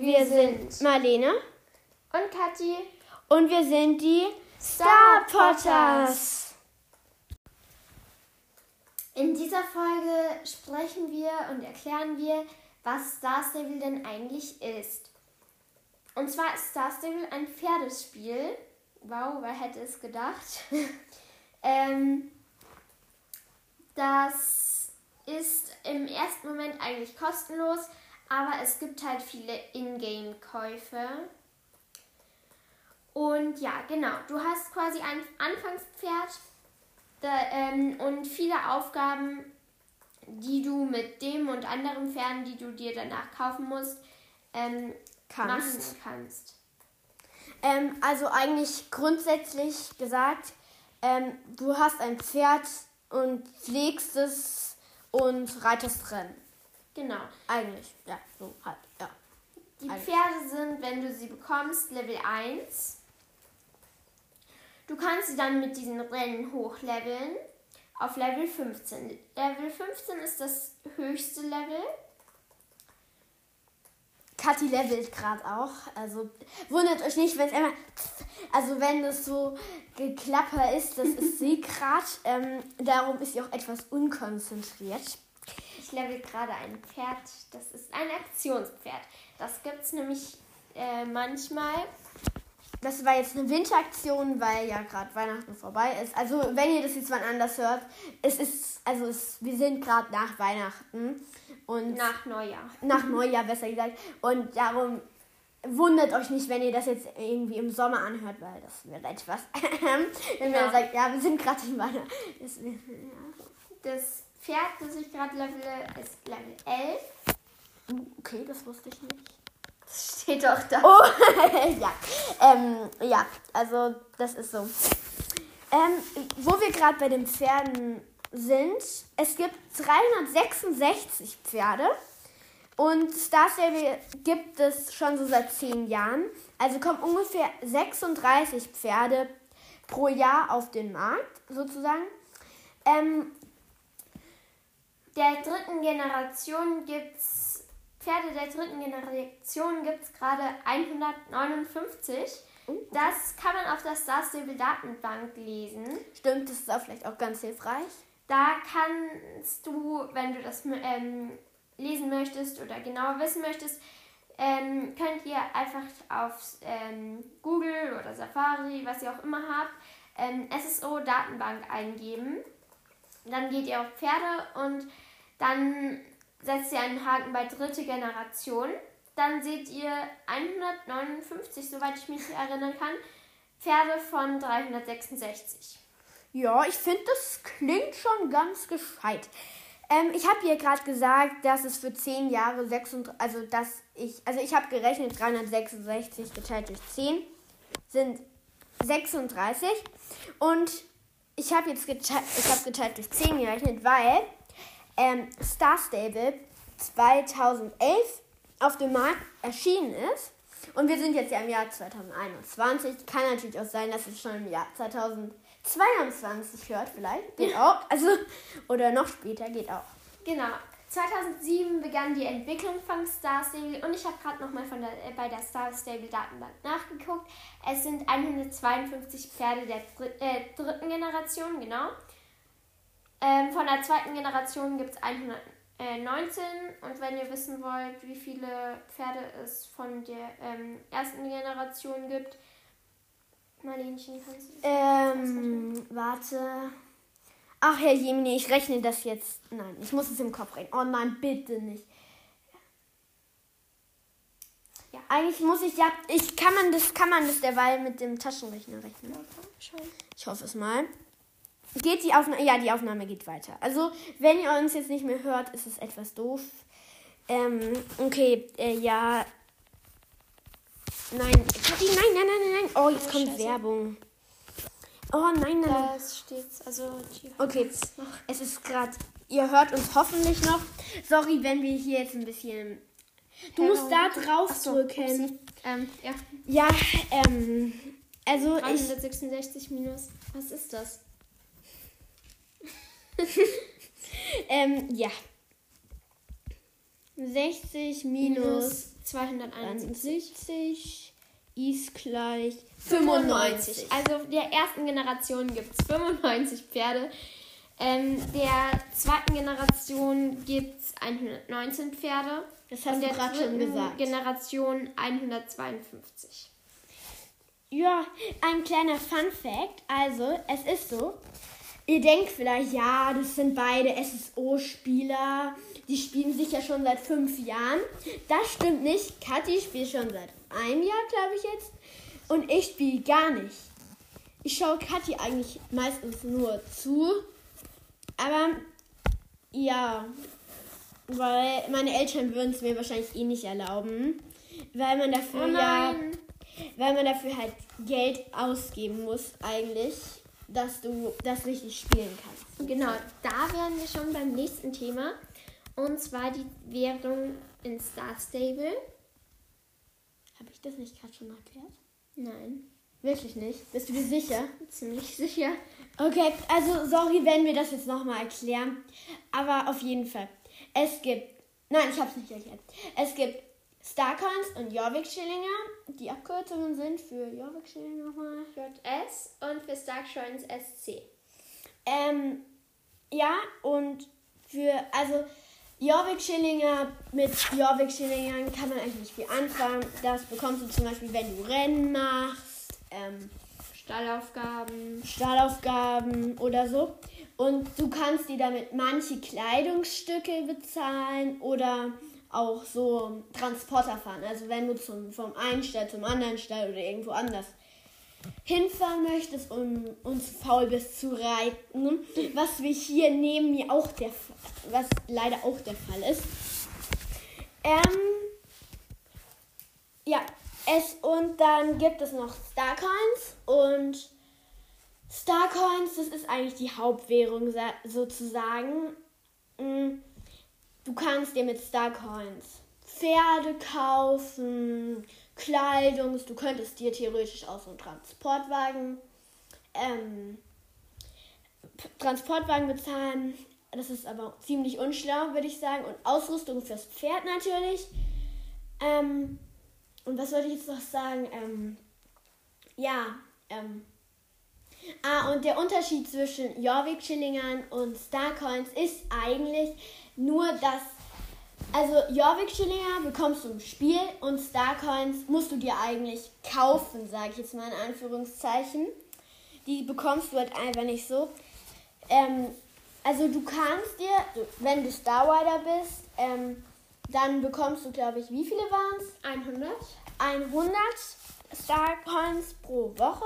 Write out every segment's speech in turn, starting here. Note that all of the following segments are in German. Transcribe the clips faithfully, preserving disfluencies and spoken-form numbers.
Wir sind Marlene und Kathi und wir sind die Star Potters. In dieser Folge sprechen wir und erklären wir, was Star Stable denn eigentlich ist. Und zwar ist Star Stable ein Pferdespiel. Wow, wer hätte es gedacht? ähm, das ist im ersten Moment eigentlich kostenlos, aber es gibt halt viele Ingame-Käufe. Und ja, genau, du hast quasi ein Anfangspferd da, ähm, und viele Aufgaben, die du mit dem und anderen Pferden, die du dir danach kaufen musst, ähm, kannst. machen kannst. Ähm, also eigentlich grundsätzlich gesagt, ähm, du hast ein Pferd und pflegst es und reitest Rennen. Genau. Eigentlich, ja, so halt, ja. Die eigentlich. Pferde sind, wenn du sie bekommst, Level eins. Du kannst sie dann mit diesen Rennen hochleveln auf Level fünfzehn. Level fünfzehn ist das höchste Level. Kathi levelt gerade auch, also wundert euch nicht, wenn es einmal, also wenn es so geklapper ist, das ist sie gerade, ähm, darum ist sie auch etwas unkonzentriert. Ich level gerade ein Pferd, das ist ein Aktionspferd. Das gibt es nämlich äh, manchmal. Das war jetzt eine Winteraktion, weil ja gerade Weihnachten vorbei ist. Also wenn ihr das jetzt wann anders hört, es ist, also es, wir sind gerade nach Weihnachten. Und nach Neujahr. Nach Neujahr, besser gesagt. Und darum wundert euch nicht, wenn ihr das jetzt irgendwie im Sommer anhört, weil das wäre etwas. wenn ja. man sagt, ja, wir sind gerade in Weihnachten. Das, ja. das Pferd, das ich gerade levele, ist Level elf. Okay, das wusste ich nicht. Das steht doch da. Oh, ja. Ähm, ja, also das ist so. Ähm, wo wir gerade bei den Pferden sind, es gibt dreihundertsechsundsechzig Pferde und Star Stable gibt es schon so seit zehn Jahren. Also kommen ungefähr sechsunddreißig Pferde pro Jahr auf den Markt, sozusagen. Ähm, der dritten Generation gibt's Pferde der dritten Generation gibt es gerade hundertneunundfünfzig. Das kann man auf der Star Stable Datenbank lesen. Stimmt, das ist auch vielleicht auch ganz hilfreich. Da kannst du, wenn du das ähm, lesen möchtest oder genauer wissen möchtest, ähm, könnt ihr einfach auf ähm, Google oder Safari, was ihr auch immer habt, ähm, S S O Datenbank eingeben. Dann geht ihr auf Pferde und dann setzt ihr einen Haken bei dritte Generation. Dann seht ihr hundertneunundfünfzig, soweit ich mich erinnern kann, Pferde von dreihundertsechsundsechzig. Ja, ich finde, das klingt schon ganz gescheit. Ähm, ich habe hier gerade gesagt, dass es für zehn Jahre sechsunddreißig, also dass ich, also ich habe gerechnet, dreihundertsechsundsechzig geteilt durch zehn sind sechsunddreißig. Und ich habe jetzt geteilt, ich habe geteilt durch zehn gerechnet, weil ähm, Star Stable zweitausendelf auf dem Markt erschienen ist. Und wir sind jetzt ja im Jahr zweitausendeinundzwanzig. Kann natürlich auch sein, dass es schon im Jahr zweitausendzweiundzwanzig hört, vielleicht. Geht auch. Also, oder noch später, geht auch. Genau. zweitausendsieben begann die Entwicklung von Star Stable und ich habe gerade nochmal von der, äh, bei der Star Stable Datenbank nachgeguckt. Es sind hundertzweiundfünfzig Pferde der dr- äh, dritten Generation, genau. Ähm, von der zweiten Generation gibt es hundertneunzehn und wenn ihr wissen wollt, wie viele Pferde es von der ähm, ersten Generation gibt, Marlenchen, kannst du das Ähm, warte. Ach, Herr Jemini, ich rechne das jetzt. Nein, ich muss es im Kopf rechnen. Oh nein, bitte nicht. Ja. Eigentlich muss ich ja, ich kann man das, kann man das derweil mit dem Taschenrechner rechnen. Ich hoffe es mal. Geht die Aufnahme? Ja, die Aufnahme geht weiter. Also, wenn ihr uns jetzt nicht mehr hört, ist es etwas doof. Ähm, okay, äh, ja. Nein, Kathi, nein, nein, nein, nein, nein. Oh, jetzt oh, kommt Scheiße. Werbung. Oh, nein, nein. Das steht's, also... Okay, noch. Es ist gerade... Ihr hört uns hoffentlich noch. Sorry, wenn wir hier jetzt ein bisschen... Du Hello. musst da drauf so, drücken. Ähm, ja. Ja, ähm... Also, dreihundertsechsundsechzig ich, minus... Was ist das? ähm, ja. sechzig minus zweihunderteinundsiebzig. siebzig ist gleich fünfundneunzig. fünfundneunzig. Also der ersten Generation gibt es fünfundneunzig Pferde. Ähm, der zweiten Generation gibt es hundertneunzehn Pferde. Das hast und du der gerade schon dritten gesagt. Generation hundertzweiundfünfzig. Ja, ein kleiner Fun-Fact. Also, es ist so, ihr denkt vielleicht, ja, das sind beide S S O-Spieler. Die spielen sich ja schon seit fünf Jahren. Das stimmt nicht. Kathi spielt schon seit einem Jahr, glaube ich jetzt. Und ich spiele gar nicht. Ich schaue Kathi eigentlich meistens nur zu. Aber, ja, weil meine Eltern würden es mir wahrscheinlich eh nicht erlauben. Weil man dafür Oh ja... nein. Weil man dafür halt Geld ausgeben muss eigentlich, dass du das richtig spielen kannst. Genau, da wären wir schon beim nächsten Thema. Und zwar die Währung in Star Stable. Habe ich das nicht gerade schon erklärt? Nein, Wirklich nicht? Bist du dir sicher? ziemlich sicher. Okay, also sorry, wenn wir das jetzt nochmal erklären. Aber auf jeden Fall. Es gibt... Nein, ich habe es nicht erklärt. Es gibt Starcoins und Jorvik-Schillinger. Die Abkürzungen sind für Jorvik-Schillinger nochmal. J S und für Starcoins S C. Ähm, ja, und für, also Jorvik-Schillinger, mit Jorvik-Schillingern kann man eigentlich nicht viel anfangen. Das bekommst du zum Beispiel, wenn du Rennen machst, ähm, Stallaufgaben. Stahlaufgaben oder so. Und du kannst dir damit manche Kleidungsstücke bezahlen oder auch so Transporter fahren. Also wenn du zum, vom einen Stall zum anderen Stall oder irgendwo anders hinfahren möchtest und, und zu faul bist zu reiten, was wir hier neben mir auch der was leider auch der Fall ist. Ähm, ja, es und dann gibt es noch Starcoins und Starcoins, das ist eigentlich die Hauptwährung sozusagen. Du kannst dir mit Starcoins Pferde kaufen, Kleidung, du könntest dir theoretisch auch so einen Transportwagen, ähm, P- Transportwagen bezahlen. Das ist aber ziemlich unschlau, würde ich sagen. Und Ausrüstung fürs Pferd natürlich. Ähm, und was wollte ich jetzt noch sagen? Ähm, ja, ähm, Ah, und der Unterschied zwischen Jorvik-Schillingern und Starcoins ist eigentlich nur, dass, also Jorvik-Schillinger bekommst du im Spiel und Starcoins musst du dir eigentlich kaufen, sage ich jetzt mal in Anführungszeichen. Die bekommst du halt einfach nicht so. Ähm, also du kannst dir, wenn du Star Rider bist, ähm, dann bekommst du, glaube ich, wie viele waren es? hundert. hundert Starcoins pro Woche.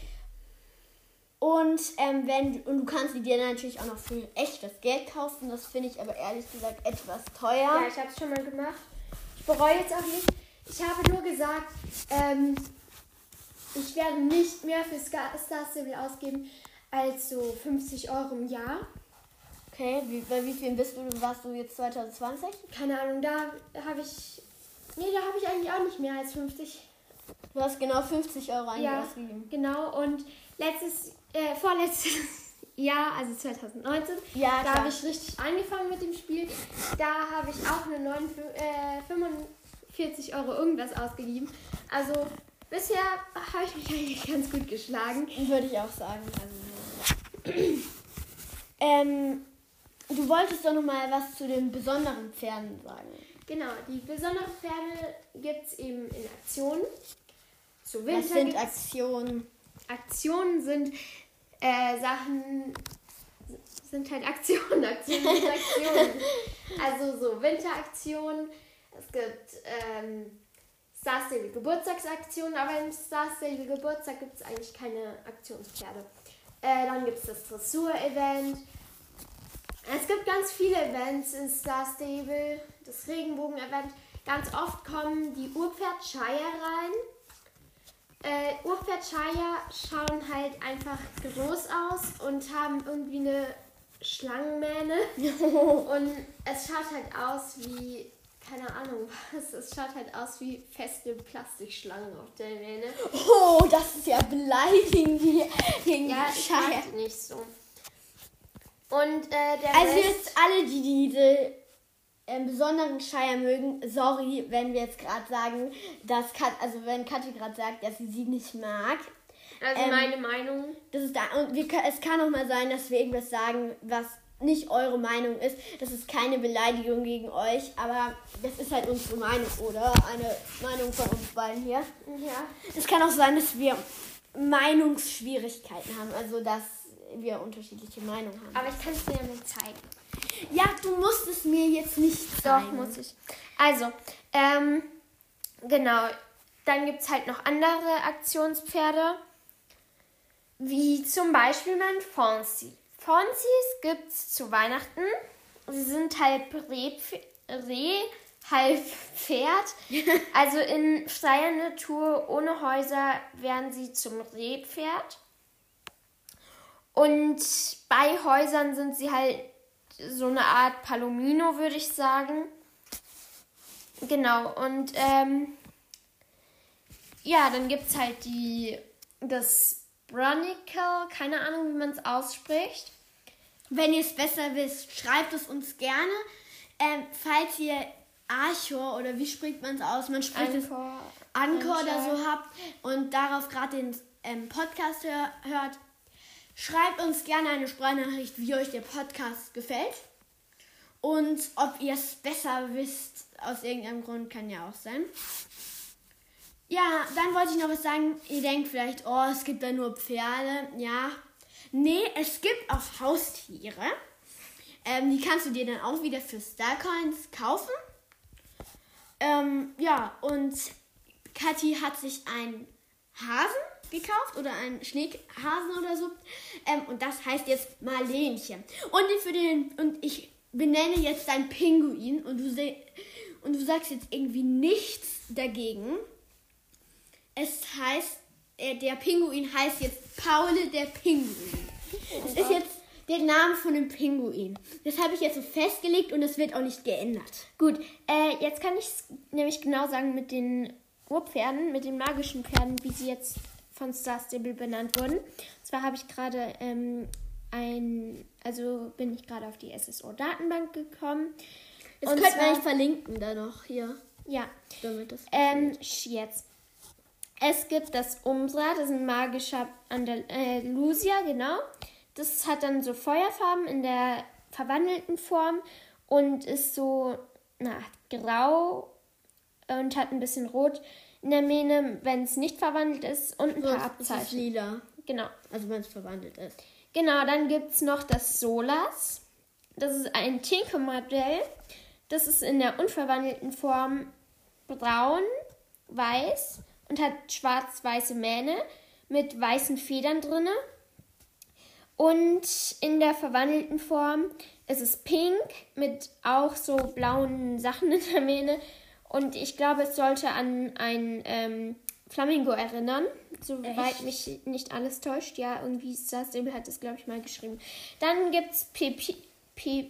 Und, ähm, wenn, und du kannst die dir natürlich auch noch für echtes Geld kaufen. Das finde ich aber ehrlich gesagt etwas teuer. Ja, ich habe es schon mal gemacht. Ich bereue jetzt auch nicht. Ich habe nur gesagt, ähm, ich werde nicht mehr für Star Stable ausgeben als so fünfzig Euro im Jahr. Okay, wie, bei wie viel bist du, warst du jetzt zwanzig zwanzig? Keine Ahnung, da habe ich... Nee, da habe ich eigentlich auch nicht mehr als fünfzig. Du hast genau fünfzig Euro eigentlich Ja, ausgegeben. genau. Und letztes, äh, vorletztes Jahr, also zwanzig neunzehn, Ja, da klar. habe ich richtig angefangen mit dem Spiel. Da habe ich auch eine neun, äh, fünfundvierzig Euro irgendwas ausgegeben. Also bisher habe ich mich eigentlich ganz gut geschlagen. Würde ich auch sagen. Also, ähm, du wolltest doch noch mal was zu den besonderen Pferden sagen. Genau, die besonderen Pferde gibt es eben in Aktionen. Zu Winter Was sind gibt's- Aktionen? Aktionen sind äh, Sachen, sind halt Aktionen, Aktionen sind Aktionen. Also so Winteraktionen, es gibt ähm, Star Stable Geburtstagsaktionen, aber im Star Stable Geburtstag gibt es eigentlich keine Aktionspferde. Äh, dann gibt es das Dressur-Event. Es gibt ganz viele Events in Star Stable, das Regenbogen-Event. Ganz oft kommen die Urpferd-Shire rein. Äh, Urpferd-Shire schauen halt einfach groß aus und haben irgendwie eine Schlangenmähne. Und es schaut halt aus wie, keine Ahnung was, es schaut halt aus wie feste Plastikschlangen auf der Mähne. Oh, das ist ja beleidigend gegen Ja, die ich Scheiße. mag die nicht so. Und äh, der Also Rest, jetzt alle, die diese einen besonderen Scheier mögen. Sorry, wenn wir jetzt gerade sagen, dass Kat, also wenn Kathi gerade sagt, dass sie sie nicht mag. Also ähm, meine Meinung. Das ist da, und wir, es kann auch mal sein, dass wir irgendwas sagen, was nicht eure Meinung ist. Das ist keine Beleidigung gegen euch, aber das ist halt unsere Meinung, oder? Eine Meinung von uns beiden hier. Ja. Es kann auch sein, dass wir Meinungsschwierigkeiten haben, also dass wir unterschiedliche Meinungen haben. Aber ich kann es dir ja mal zeigen. Ja, du musst es mir jetzt nicht zeigen. Doch, muss ich. Also, ähm, genau. Dann gibt es halt noch andere Aktionspferde, wie zum Beispiel mein Fonzie. Fonzies gibt es zu Weihnachten. Sie sind halb Reh, Reh halb Pferd. Also in freier Natur, ohne Häuser, werden sie zum Rehpferd. Und bei Häusern sind sie halt so eine Art Palomino, würde ich sagen. Genau, und ähm, ja, dann gibt es halt die, das Bronicle, keine Ahnung, wie man es ausspricht. Wenn ihr es besser wisst, schreibt es uns gerne. Ähm, falls ihr Archor, oder wie spricht man es aus? Man spricht es Anchor oder so habt und darauf gerade den ähm, Podcast hör, hört, schreibt uns gerne eine Sprachnachricht, wie euch der Podcast gefällt. Und ob ihr es besser wisst, aus irgendeinem Grund, kann ja auch sein. Ja, dann wollte ich noch was sagen. Ihr denkt vielleicht, oh, es gibt da nur Pferde. Ja, nee, es gibt auch Haustiere. Ähm, die kannst du dir dann auch wieder für Starcoins kaufen. Ähm, ja, und Kathi hat sich einen Hasen gekauft oder einen Schneehasen oder so. Ähm, und das heißt jetzt Marlenchen. Und, für den, und ich benenne jetzt deinen Pinguin und du, se- und du sagst jetzt irgendwie nichts dagegen. Es heißt, äh, der Pinguin heißt jetzt Paule der Pinguin. Das ist jetzt der Name von dem Pinguin. Das habe ich jetzt so festgelegt und das wird auch nicht geändert. Gut, äh, jetzt kann ich nämlich genau sagen mit den Urpferden, mit den magischen Pferden, wie sie jetzt von Star Stable benannt wurden. Und zwar habe ich gerade ähm, ein, also bin ich gerade auf die S S O-Datenbank gekommen. Das könnten wir eigentlich verlinken da noch hier. Ja. Damit das ähm, jetzt. Es gibt das Umbra, das ist ein magischer Andalusier, genau. Das hat dann so Feuerfarben in der verwandelten Form und ist so na, grau und hat ein bisschen rot in der Mähne, wenn es nicht verwandelt ist, und ein so, paar Abzeichen. Das ist lila. Genau. Also wenn es verwandelt ist. Genau, dann gibt es noch das Solas. Das ist ein Tinker-Modell. Das ist in der unverwandelten Form braun, weiß und hat schwarz-weiße Mähne mit weißen Federn drinne. Und in der verwandelten Form ist es pink mit auch so blauen Sachen in der Mähne. Und ich glaube, es sollte an ein ähm, Flamingo erinnern, soweit mich nicht alles täuscht. Ja, irgendwie Star Stable hat das, glaube ich, mal geschrieben. Dann gibt es Pepi- Pe-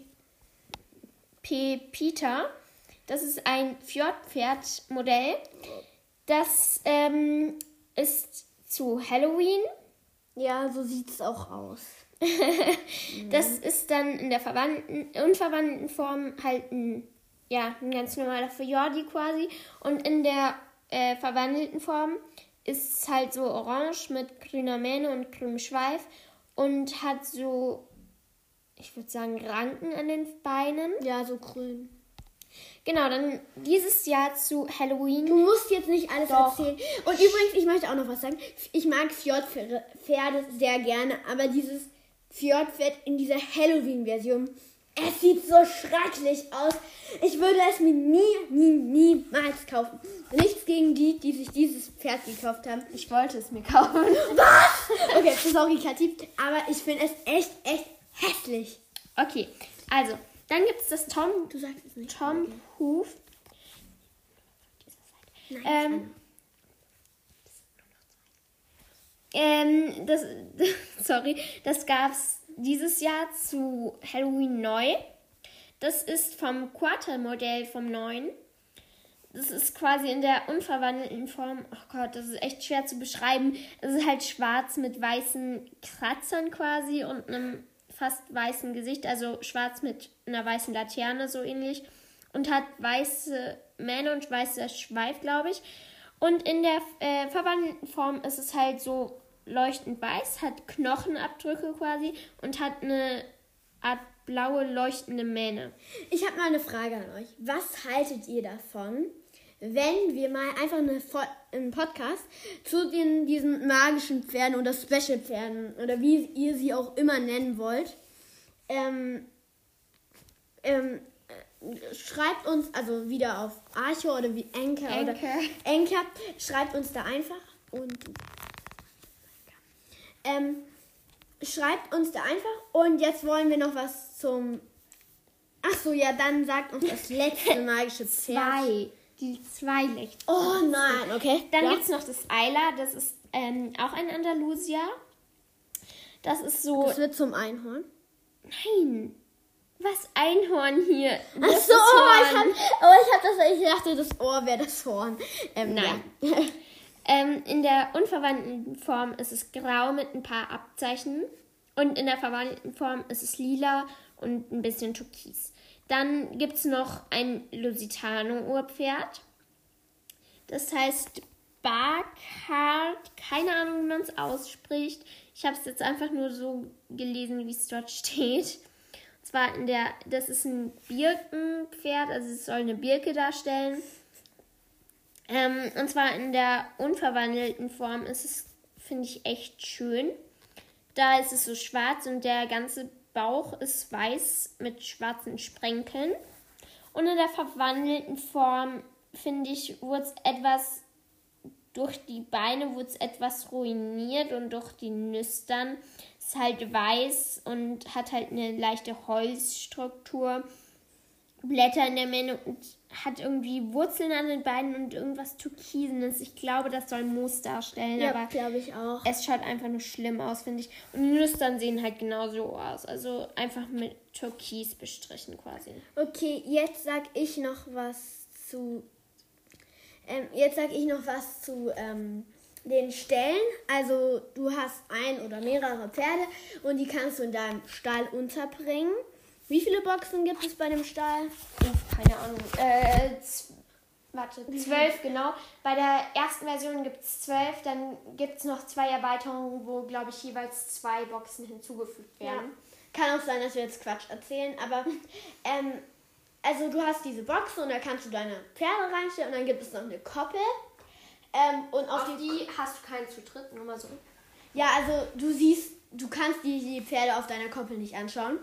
Pepita. Das ist ein Fjordpferd-Modell. Das ähm, ist zu Halloween. Ja, so sieht es auch aus. Das ist dann in der verwandten, unverwandelten Form halt ein, ja, ein ganz normaler Fjordi quasi. Und in der äh, verwandelten Form ist es halt so orange mit grüner Mähne und grünem Schweif und hat so, ich würde sagen, Ranken an den Beinen. Ja, so grün. Genau, dann dieses Jahr zu Halloween. Du musst jetzt nicht alles Doch. erzählen. Und übrigens, ich möchte auch noch was sagen. Ich mag Fjordpferde sehr gerne, aber dieses Fjordpferd in dieser Halloween-Version, es sieht so schrecklich aus. Ich würde es mir nie, nie, niemals kaufen. Nichts gegen die, die sich dieses Pferd gekauft haben. Ich wollte es mir kaufen. Was? Okay, sorry, Kathi, aber ich finde es echt, echt hässlich. Okay, also, dann gibt es das Tom, Du sagst es nicht. Tom Okay. Hoof. Nein, Ähm, ähm, das, sorry, das gab es dieses Jahr zu Halloween neu. Das ist vom Quarter-Modell vom neuen. Das ist quasi in der unverwandelten Form. Oh Gott, das ist echt schwer zu beschreiben. Es ist halt schwarz mit weißen Kratzern quasi und einem fast weißen Gesicht. Also schwarz mit einer weißen Laterne, so ähnlich. und hat weiße Mähne und weißer Schweif, glaube ich. Und in der äh, verwandelten Form ist es halt so leuchtend weiß, hat Knochenabdrücke quasi und hat eine Art blaue leuchtende Mähne. Ich habe mal eine Frage an euch. Was haltet ihr davon, wenn wir mal einfach eine, einen Podcast zu den, diesen magischen Pferden oder Special-Pferden oder wie ihr sie auch immer nennen wollt, ähm, ähm, schreibt uns, also wieder auf Archo oder wie Anchor, Anchor. oder Anchor, schreibt uns da einfach und ähm, schreibt uns da einfach und jetzt wollen wir noch was zum, ach so, ja, dann sagt uns das letzte magische Pferd. Zwei. Die zwei Lichter. Oh nein, okay. Dann ja. gibt es noch das Ayla, das ist ähm, auch ein Andalusier. Das ist so... Das wird zum Einhorn. Nein. Was Einhorn hier? Ach so, oh, ich, hab, oh, ich, hab das, ich dachte, das Ohr wäre das Horn. Ähm, Nein. Ja. ähm, in der unverwandelten Form ist es grau mit ein paar Abzeichen. Und in der verwandelten Form ist es lila und ein bisschen türkis. Dann gibt es noch ein Lusitano-Urpferd. Das heißt Barkhart. Keine Ahnung, wie man es ausspricht. Ich habe es jetzt einfach nur so gelesen, wie es dort steht. Und zwar in der, das ist ein Birkenpferd, also es soll eine Birke darstellen. Ähm, und zwar in der unverwandelten Form ist es, finde ich, echt schön. Da ist es so schwarz und der ganze Bauch ist weiß mit schwarzen Sprenkeln. Und in der verwandelten Form, finde ich, wurde es etwas, durch die Beine wurde es etwas ruiniert und durch die Nüstern. Es ist halt weiß und hat halt eine leichte Holzstruktur. Blätter in der Mähne und hat irgendwie Wurzeln an den Beinen und irgendwas Türkisenes. Ich glaube, das soll Moos darstellen, Ja, aber glaube ich auch. es schaut einfach nur schlimm aus, finde ich. Und die Nüstern sehen halt genauso aus. Also einfach mit Türkis bestrichen quasi. Okay, jetzt sag ich noch was zu. Ähm, jetzt sag ich noch was zu ähm, den Ställen. Also du hast ein oder mehrere Pferde und die kannst du in deinem Stall unterbringen. Wie viele Boxen gibt es bei dem Stall? Uff, keine Ahnung. Äh, z- warte, zwölf, genau. Bei der ersten Version gibt es zwölf. Dann gibt es noch zwei Erweiterungen, wo, glaube ich, jeweils zwei Boxen hinzugefügt werden. Ja. Kann auch sein, dass wir jetzt Quatsch erzählen, aber ähm, also du hast diese Boxen und da kannst du deine Pferde reinstellen und dann gibt es noch eine Koppel. Ähm, und auf, Auf die, die hast du keinen Zutritt, nur mal so. Ja, also du siehst, du kannst die, die Pferde auf deiner Koppel nicht anschauen.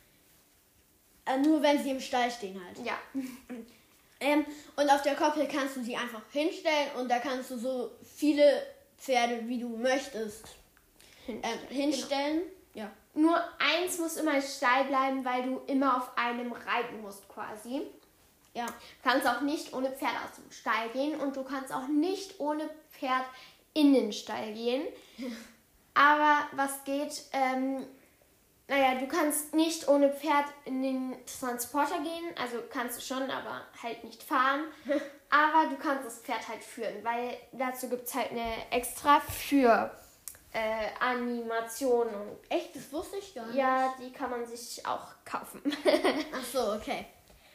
Äh, nur wenn sie im Stall stehen halt. Ja. Ähm, und auf der Koppel kannst du sie einfach hinstellen und da kannst du so viele Pferde, wie du möchtest, Hinstellen. ähm, hinstellen. Ja. Nur eins muss immer im Stall bleiben, weil du immer auf einem reiten musst quasi. Ja. Du kannst auch nicht ohne Pferd aus dem Stall gehen und du kannst auch nicht ohne Pferd in den Stall gehen. Aber was geht, ähm, naja, du kannst nicht ohne Pferd in den Transporter gehen, also kannst du schon, aber halt nicht fahren. Aber du kannst das Pferd halt führen, weil dazu gibt es halt eine extra für äh, Animationen. Und Echt? Das wusste ich gar nicht. ja, die kann man sich auch kaufen. Ach so, okay.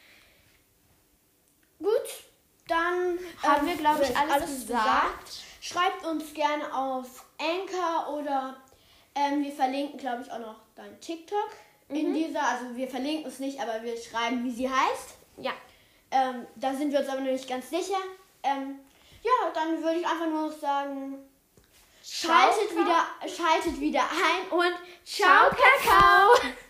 Gut, dann Haben ähm, wir, glaube ich, wird alles gesagt. Schreibt uns gerne auf Anchor oder ähm, wir verlinken, glaube ich, auch noch dein TikTok in dieser. Also wir verlinken es nicht, aber wir schreiben, wie sie heißt. Ja. Ähm, da sind wir uns aber noch nicht ganz sicher. Ähm, ja, dann würde ich einfach nur noch sagen, schaltet wieder, schaltet wieder ein und ciao, Kakao!